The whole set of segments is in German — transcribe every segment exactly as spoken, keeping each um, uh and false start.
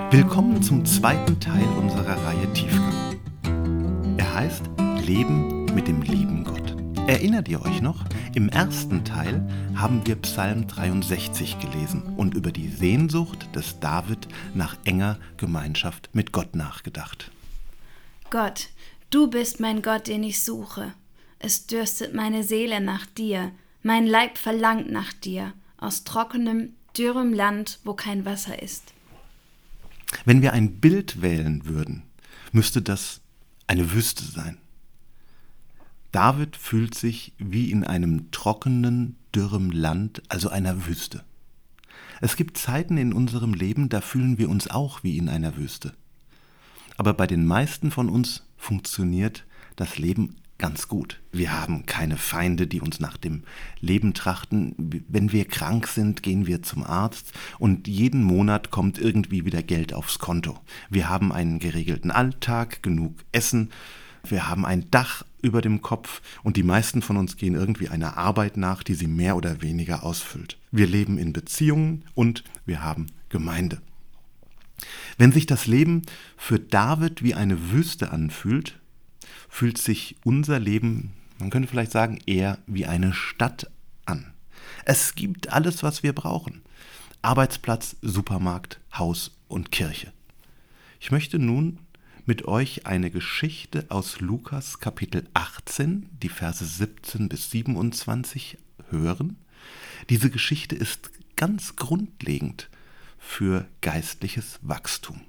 Willkommen zum zweiten Teil unserer Reihe Tiefgang. Er heißt Leben mit dem lieben Gott. Erinnert ihr euch noch? Im ersten Teil haben wir Psalm dreiundsechzig gelesen und über die Sehnsucht des David nach enger Gemeinschaft mit Gott nachgedacht. Gott, du bist mein Gott, den ich suche. Es dürstet meine Seele nach dir, mein Leib verlangt nach dir, aus trockenem, dürrem Land, wo kein Wasser ist. Wenn wir ein Bild wählen würden, müsste das eine Wüste sein. David fühlt sich wie in einem trockenen, dürrem Land, also einer Wüste. Es gibt Zeiten in unserem Leben, da fühlen wir uns auch wie in einer Wüste. Aber bei den meisten von uns funktioniert das Leben ganz gut. Wir haben keine Feinde, die uns nach dem Leben trachten. Wenn wir krank sind, gehen wir zum Arzt und jeden Monat kommt irgendwie wieder Geld aufs Konto. Wir haben einen geregelten Alltag, genug Essen, wir haben ein Dach über dem Kopf und die meisten von uns gehen irgendwie einer Arbeit nach, die sie mehr oder weniger ausfüllt. Wir leben in Beziehungen und wir haben Gemeinde. Wenn sich das Leben für David wie eine Wüste anfühlt, fühlt sich unser Leben, man könnte vielleicht sagen, eher wie eine Stadt an. Es gibt alles, was wir brauchen. Arbeitsplatz, Supermarkt, Haus und Kirche. Ich möchte nun mit euch eine Geschichte aus Lukas Kapitel achtzehn, die Verse siebzehn bis siebenundzwanzig hören. Diese Geschichte ist ganz grundlegend für geistliches Wachstum.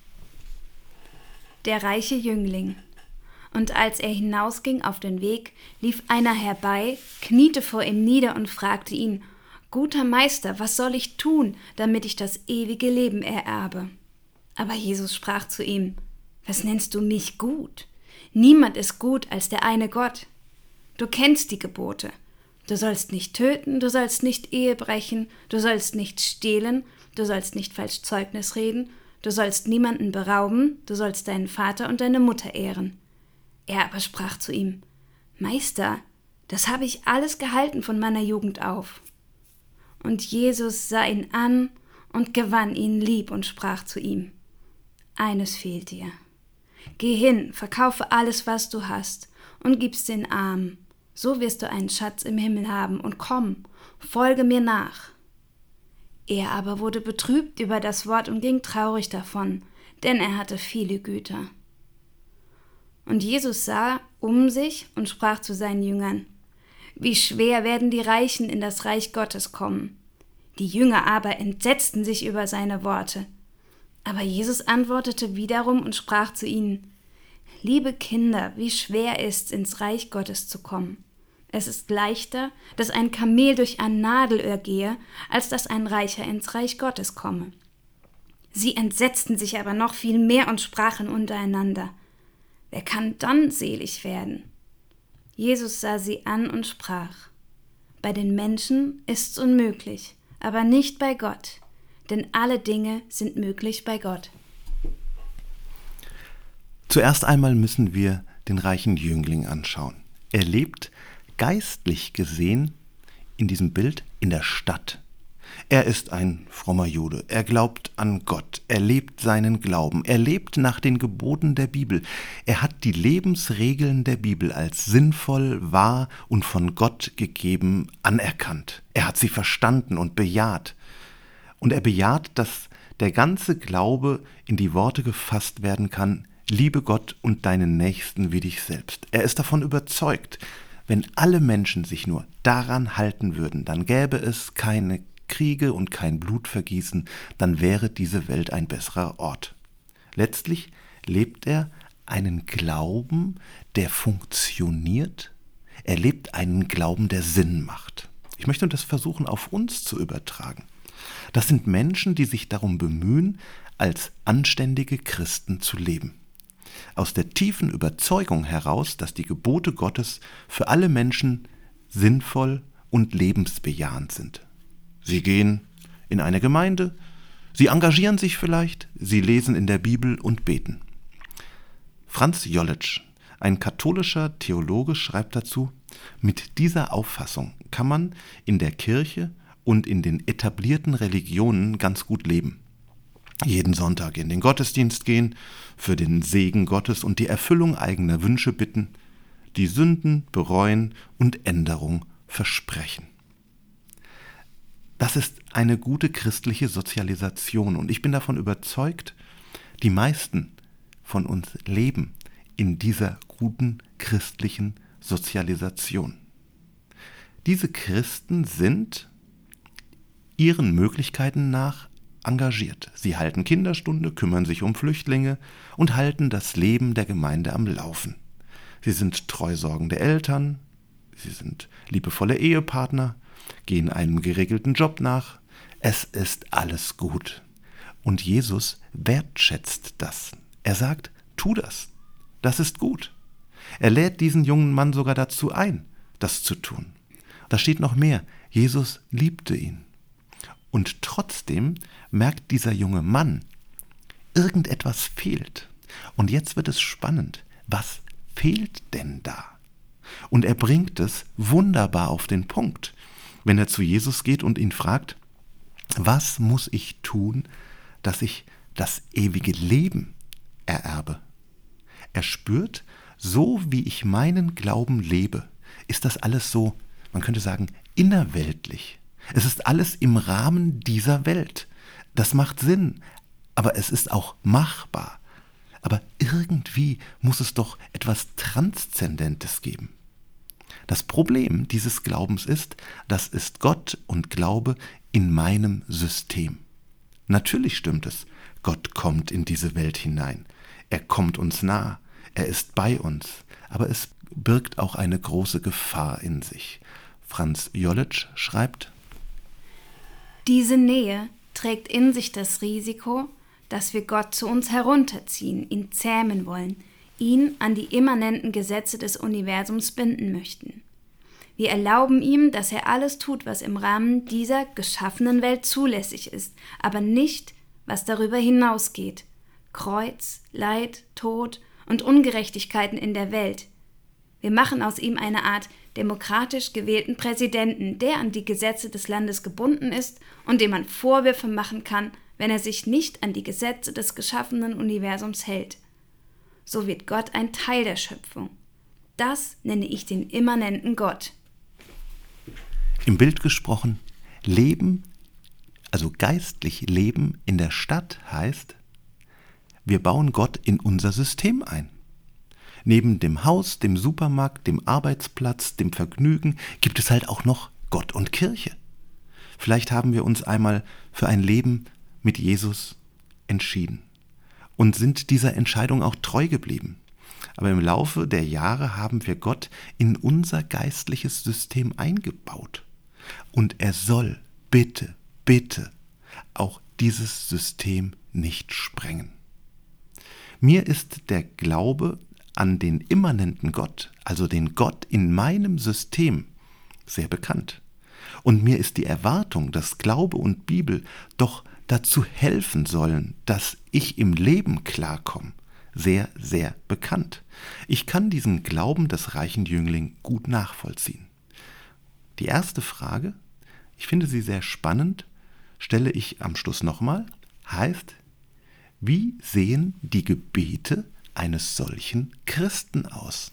Der reiche Jüngling. Und als er hinausging auf den Weg, lief einer herbei, kniete vor ihm nieder und fragte ihn: »Guter Meister, was soll ich tun, damit ich das ewige Leben ererbe?« Aber Jesus sprach zu ihm: »Was nennst du mich gut? Niemand ist gut als der eine Gott. Du kennst die Gebote. Du sollst nicht töten, du sollst nicht Ehe brechen, du sollst nicht stehlen, du sollst nicht falsch Zeugnis reden, du sollst niemanden berauben, du sollst deinen Vater und deine Mutter ehren.« Er aber sprach zu ihm: »Meister, das habe ich alles gehalten von meiner Jugend auf.« Und Jesus sah ihn an und gewann ihn lieb und sprach zu ihm: »Eines fehlt dir. Geh hin, verkaufe alles, was du hast, und gib's den Armen. So wirst du einen Schatz im Himmel haben, und komm, folge mir nach.« Er aber wurde betrübt über das Wort und ging traurig davon, denn er hatte viele Güter. Und Jesus sah um sich und sprach zu seinen Jüngern: »Wie schwer werden die Reichen in das Reich Gottes kommen!« Die Jünger aber entsetzten sich über seine Worte. Aber Jesus antwortete wiederum und sprach zu ihnen: »Liebe Kinder, wie schwer ist's, ins Reich Gottes zu kommen. Es ist leichter, dass ein Kamel durch ein Nadelöhr gehe, als dass ein Reicher ins Reich Gottes komme.« Sie entsetzten sich aber noch viel mehr und sprachen untereinander: »Wer kann dann selig werden?« Jesus sah sie an und sprach: »Bei den Menschen ist's unmöglich, aber nicht bei Gott, denn alle Dinge sind möglich bei Gott.« Zuerst einmal müssen wir den reichen Jüngling anschauen. Er lebt geistlich gesehen in diesem Bild in der Stadt. Er ist ein frommer Jude, er glaubt an Gott, er lebt seinen Glauben, er lebt nach den Geboten der Bibel. Er hat die Lebensregeln der Bibel als sinnvoll, wahr und von Gott gegeben anerkannt. Er hat sie verstanden und bejaht. Und er bejaht, dass der ganze Glaube in die Worte gefasst werden kann: Liebe Gott und deinen Nächsten wie dich selbst. Er ist davon überzeugt, wenn alle Menschen sich nur daran halten würden, dann gäbe es keine Kriege und kein Blutvergießen, dann wäre diese Welt ein besserer Ort. Letztlich lebt er einen Glauben, der funktioniert. Er lebt einen Glauben, der Sinn macht. Ich möchte das versuchen, auf uns zu übertragen. Das sind Menschen, die sich darum bemühen, als anständige Christen zu leben. Aus der tiefen Überzeugung heraus, dass die Gebote Gottes für alle Menschen sinnvoll und lebensbejahend sind. Sie gehen in eine Gemeinde, sie engagieren sich vielleicht, sie lesen in der Bibel und beten. Franz Jolletsch, ein katholischer Theologe, schreibt dazu: Mit dieser Auffassung kann man in der Kirche und in den etablierten Religionen ganz gut leben. jeden Sonntag in den Gottesdienst gehen, für den Segen Gottes und die Erfüllung eigener Wünsche bitten, die Sünden bereuen und Änderung versprechen. Das ist eine gute christliche Sozialisation und ich bin davon überzeugt, die meisten von uns leben in dieser guten christlichen Sozialisation. Diese Christen sind ihren Möglichkeiten nach engagiert. Sie halten Kinderstunde, kümmern sich um Flüchtlinge und halten das Leben der Gemeinde am Laufen. Sie sind treusorgende Eltern, sie sind liebevolle Ehepartner, gehen einem geregelten Job nach. Es ist alles gut. Und Jesus wertschätzt das. Er sagt, tu das. Das ist gut. Er lädt diesen jungen Mann sogar dazu ein, das zu tun. Da steht noch mehr. Jesus liebte ihn. Und trotzdem merkt dieser junge Mann, irgendetwas fehlt. Und jetzt wird es spannend. Was fehlt denn da? Und er bringt es wunderbar auf den Punkt, wenn er zu Jesus geht und ihn fragt, was muss ich tun, dass ich das ewige Leben ererbe? Er spürt, so wie ich meinen Glauben lebe, ist das alles so, man könnte sagen, innerweltlich. Es ist alles im Rahmen dieser Welt. Das macht Sinn, aber es ist auch machbar. Aber irgendwie muss es doch etwas Transzendentes geben. Das Problem dieses Glaubens ist, das ist Gott und Glaube in meinem System. Natürlich stimmt es, Gott kommt in diese Welt hinein. Er kommt uns nah, er ist bei uns, aber es birgt auch eine große Gefahr in sich. Franz Jolitsch schreibt: Diese Nähe trägt in sich das Risiko, dass wir Gott zu uns herunterziehen, ihn zähmen wollen, ihn an die immanenten Gesetze des Universums binden möchten. Wir erlauben ihm, dass er alles tut, was im Rahmen dieser geschaffenen Welt zulässig ist, aber nicht, was darüber hinausgeht. Kreuz, Leid, Tod und Ungerechtigkeiten in der Welt. Wir machen aus ihm eine Art demokratisch gewählten Präsidenten, der an die Gesetze des Landes gebunden ist und dem man Vorwürfe machen kann, wenn er sich nicht an die Gesetze des geschaffenen Universums hält. So wird Gott ein Teil der Schöpfung. Das nenne ich den immanenten Gott. Im Bild gesprochen, Leben, also geistlich Leben in der Stadt heißt, wir bauen Gott in unser System ein. Neben dem Haus, dem Supermarkt, dem Arbeitsplatz, dem Vergnügen gibt es halt auch noch Gott und Kirche. Vielleicht haben wir uns einmal für ein Leben mit Jesus entschieden und sind dieser Entscheidung auch treu geblieben. Aber im Laufe der Jahre haben wir Gott in unser geistliches System eingebaut. Und er soll bitte, bitte auch dieses System nicht sprengen. Mir ist der Glaube an den immanenten Gott, also den Gott in meinem System, sehr bekannt. Und mir ist die Erwartung, dass Glaube und Bibel doch dazu helfen sollen, dass ich im Leben klarkomme, sehr, sehr bekannt. Ich kann diesen Glauben des reichen Jüngling gut nachvollziehen. Die erste Frage, ich finde sie sehr spannend, stelle ich am Schluss nochmal, heißt, wie sehen die Gebete eines solchen Christen aus?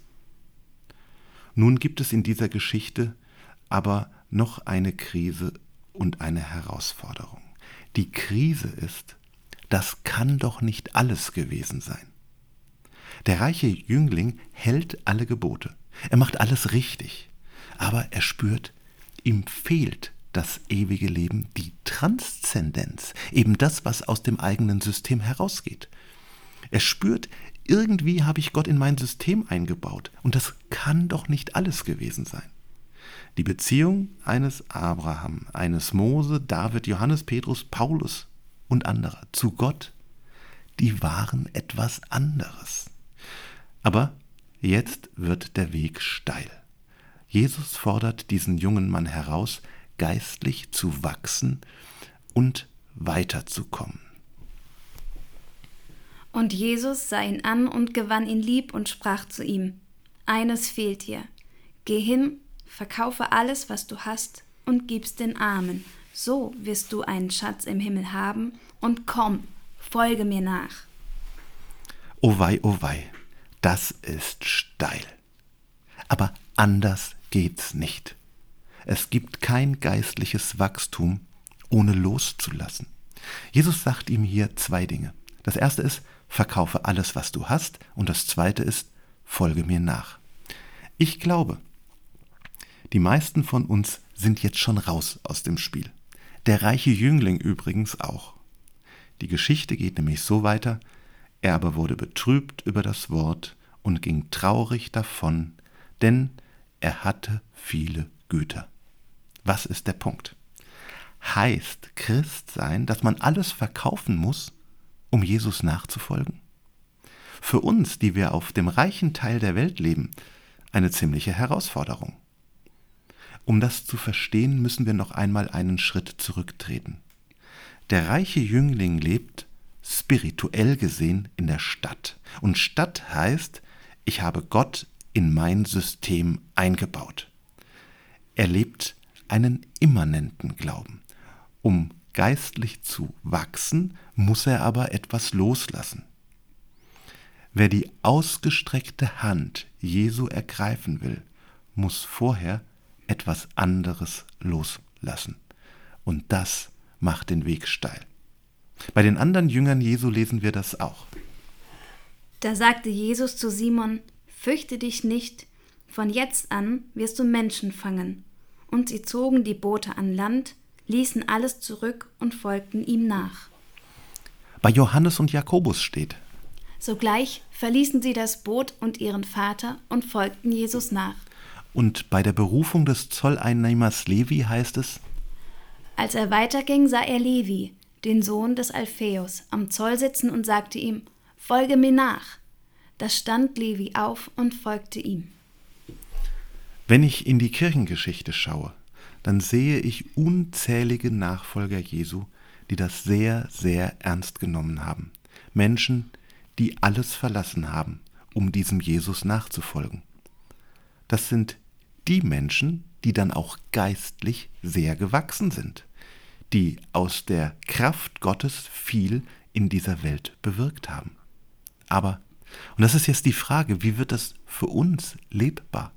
Nun gibt es in dieser Geschichte aber noch eine Krise und eine Herausforderung. Die Krise ist, das kann doch nicht alles gewesen sein. Der reiche Jüngling hält alle Gebote. Er macht alles richtig. Aber er spürt, ihm fehlt das ewige Leben, die Transzendenz, eben das, was aus dem eigenen System herausgeht. Er spürt, irgendwie habe ich Gott in mein System eingebaut und das kann doch nicht alles gewesen sein. Die Beziehung eines Abraham, eines Mose, David, Johannes, Petrus, Paulus und anderer zu Gott, die waren etwas anderes. Aber jetzt wird der Weg steil. Jesus fordert diesen jungen Mann heraus, geistlich zu wachsen und weiterzukommen. Und Jesus sah ihn an und gewann ihn lieb und sprach zu ihm: Eines fehlt dir. Geh hin, verkaufe alles, was du hast, und gib's den Armen. So wirst du einen Schatz im Himmel haben, und komm, folge mir nach. Oh wei, oh wei, das ist steil. Aber anders geht's nicht. Es gibt kein geistliches Wachstum, ohne loszulassen. Jesus sagt ihm hier zwei Dinge. Das erste ist, verkaufe alles, was du hast. Und das zweite ist, folge mir nach. Ich glaube, die meisten von uns sind jetzt schon raus aus dem Spiel. Der reiche Jüngling übrigens auch. Die Geschichte geht nämlich so weiter, er aber wurde betrübt über das Wort und ging traurig davon, denn er hatte viele Güter. Was ist der Punkt? Heißt Christ sein, dass man alles verkaufen muss, um Jesus nachzufolgen? Für uns, die wir auf dem reichen Teil der Welt leben, eine ziemliche Herausforderung. Um das zu verstehen, müssen wir noch einmal einen Schritt zurücktreten. Der reiche Jüngling lebt, spirituell gesehen, in der Stadt. Und Stadt heißt, ich habe Gott in mein System eingebaut. Er lebt einen immanenten Glauben. Um geistlich zu wachsen, muss er aber etwas loslassen. Wer die ausgestreckte Hand Jesu ergreifen will, muss vorher etwas anderes loslassen. Und das macht den Weg steil. Bei den anderen Jüngern Jesu lesen wir das auch. Da sagte Jesus zu Simon, fürchte dich nicht, von jetzt an wirst du Menschen fangen. Und sie zogen die Boote an Land, ließen alles zurück und folgten ihm nach. Bei Johannes und Jakobus steht: Sogleich verließen sie das Boot und ihren Vater und folgten Jesus nach. Und bei der Berufung des Zolleinnehmers Levi heißt es: Als er weiterging, sah er Levi, den Sohn des Alpheus, am Zoll sitzen und sagte ihm, folge mir nach. Da stand Levi auf und folgte ihm. Wenn ich in die Kirchengeschichte schaue, dann sehe ich unzählige Nachfolger Jesu, die das sehr, sehr ernst genommen haben. Menschen, die alles verlassen haben, um diesem Jesus nachzufolgen. Das sind die Menschen, die dann auch geistlich sehr gewachsen sind, die aus der Kraft Gottes viel in dieser Welt bewirkt haben. Aber, und das ist jetzt die Frage, wie wird das für uns lebbar?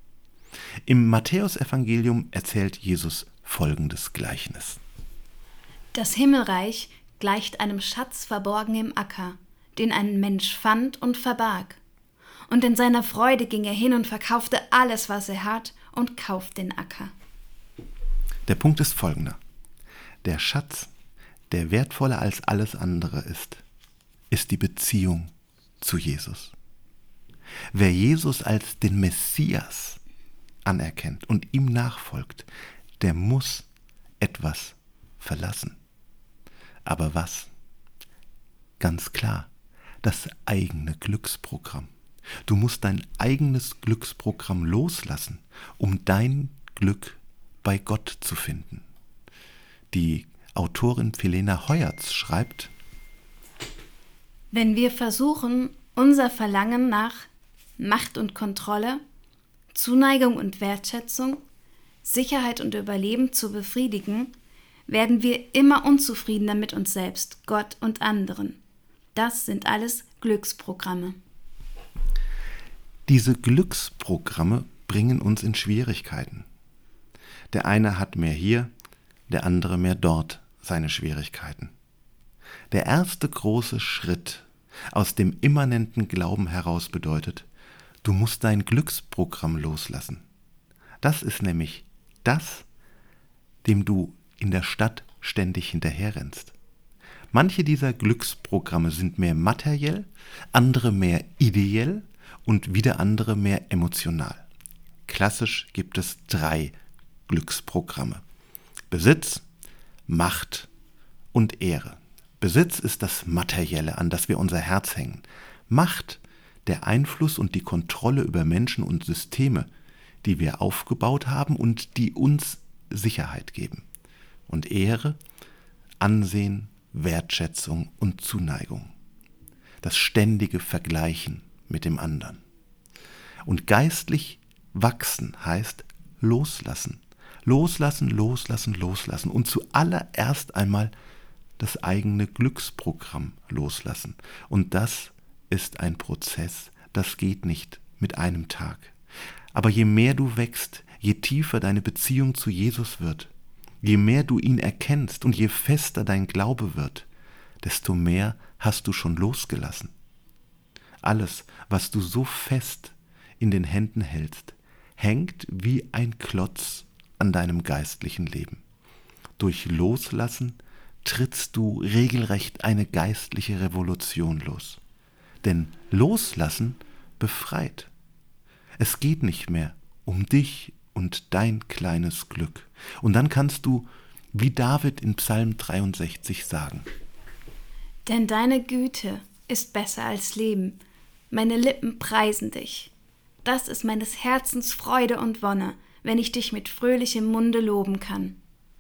Im Matthäusevangelium erzählt Jesus folgendes Gleichnis. Das Himmelreich gleicht einem Schatz verborgen im Acker, den ein Mensch fand und verbarg. Und in seiner Freude ging er hin und verkaufte alles, was er hat, und kauft den Acker. Der Punkt ist folgender. Der Schatz, der wertvoller als alles andere ist, ist die Beziehung zu Jesus. Wer Jesus als den Messias anerkennt und ihm nachfolgt, der muss etwas verlassen. Aber was? Ganz klar, das eigene Glücksprogramm. Du musst dein eigenes Glücksprogramm loslassen, um dein Glück bei Gott zu finden. Die Autorin Philéna Heuertz schreibt: Wenn wir versuchen, unser Verlangen nach Macht und Kontrolle, Zuneigung und Wertschätzung, Sicherheit und Überleben zu befriedigen, werden wir immer unzufriedener mit uns selbst, Gott und anderen. Das sind alles Glücksprogramme. Diese Glücksprogramme bringen uns in Schwierigkeiten. Der eine hat mehr hier, der andere mehr dort seine Schwierigkeiten. Der erste große Schritt aus dem immanenten Glauben heraus bedeutet, du musst dein Glücksprogramm loslassen. Das ist nämlich das, dem du in der Stadt ständig hinterherrennst. Manche dieser Glücksprogramme sind mehr materiell, andere mehr ideell und wieder andere mehr emotional. Klassisch gibt es drei Glücksprogramme: Besitz, Macht und Ehre. Besitz ist das Materielle, an das wir unser Herz hängen. Macht, der Einfluss und die Kontrolle über Menschen und Systeme, die wir aufgebaut haben und die uns Sicherheit geben. Und Ehre, Ansehen, Wertschätzung und Zuneigung. Das ständige Vergleichen mit dem anderen. Und geistlich wachsen heißt loslassen. Loslassen, loslassen, loslassen. Und zuallererst einmal das eigene Glücksprogramm loslassen. Und das ist ein Prozess, das geht nicht mit einem Tag. Aber je mehr du wächst, je tiefer deine Beziehung zu Jesus wird, je mehr du ihn erkennst und je fester dein Glaube wird, desto mehr hast du schon losgelassen. Alles, was du so fest in den Händen hältst, hängt wie ein Klotz an deinem geistlichen Leben. Durch Loslassen trittst du regelrecht eine geistliche Revolution los. Denn Loslassen befreit. Es geht nicht mehr um dich und dein kleines Glück. Und dann kannst du, wie David in Psalm dreiundsechzig sagen: Denn deine Güte ist besser als Leben. Meine Lippen preisen dich. Das ist meines Herzens Freude und Wonne, wenn ich dich mit fröhlichem Munde loben kann.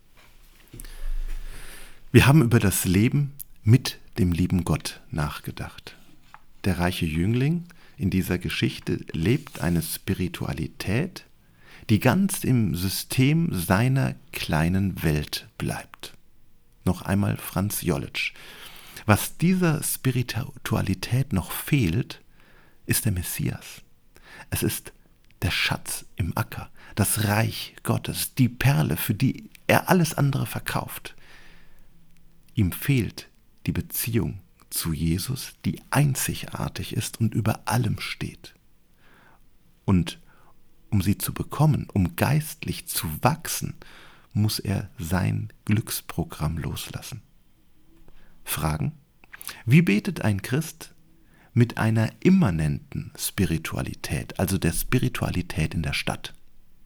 Wir haben über das Leben mit dem lieben Gott nachgedacht. Der reiche Jüngling in dieser Geschichte lebt eine Spiritualität, die ganz im System seiner kleinen Welt bleibt. Noch einmal Franz Jolitsch. Was dieser Spiritualität noch fehlt, ist der Messias. Es ist der Schatz im Acker, das Reich Gottes, die Perle, für die er alles andere verkauft. Ihm fehlt die Beziehung zu Jesus, die einzigartig ist und über allem steht. Und um sie zu bekommen, um geistlich zu wachsen, muss er sein Glücksprogramm loslassen. Fragen: Wie betet ein Christ mit einer immanenten Spiritualität, also der Spiritualität in der Stadt?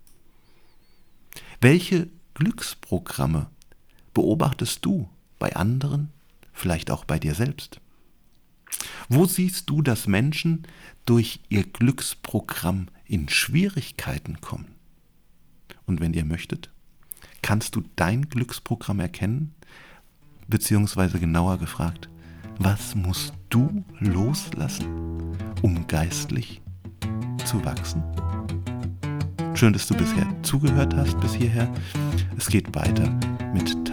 Welche Glücksprogramme beobachtest du bei anderen, vielleicht auch bei dir selbst? Wo siehst du, dass Menschen durch ihr Glücksprogramm in Schwierigkeiten kommen? Und wenn ihr möchtet, kannst du dein Glücksprogramm erkennen? Beziehungsweise genauer gefragt, was musst du loslassen, um geistlich zu wachsen? Schön, dass du bisher zugehört hast, bis hierher. Es geht weiter mit